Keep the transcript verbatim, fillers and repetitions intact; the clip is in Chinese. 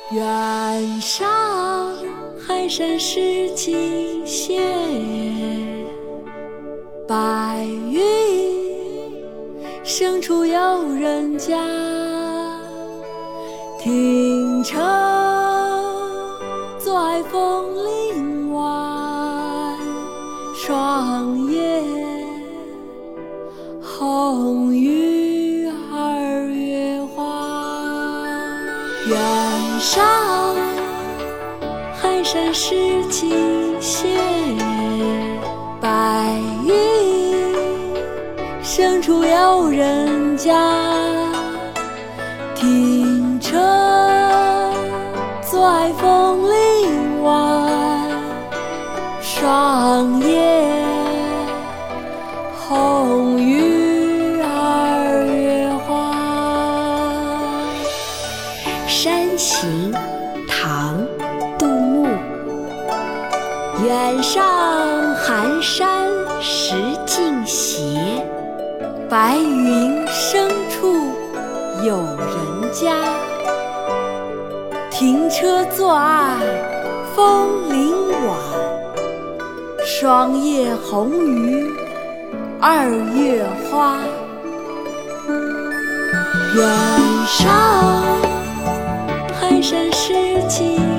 远上寒山石径斜，白云深处有人家。停车坐爱枫林晚，霜叶红于二月花。远上寒山石径斜，白云深处有人家。停车坐爱枫林晚，霜叶红于二月花。 山行，唐·杜牧。远上寒山石径斜， 白云深处有人家。停车坐爱枫林晚，霜叶红于二月花。远上寒山石径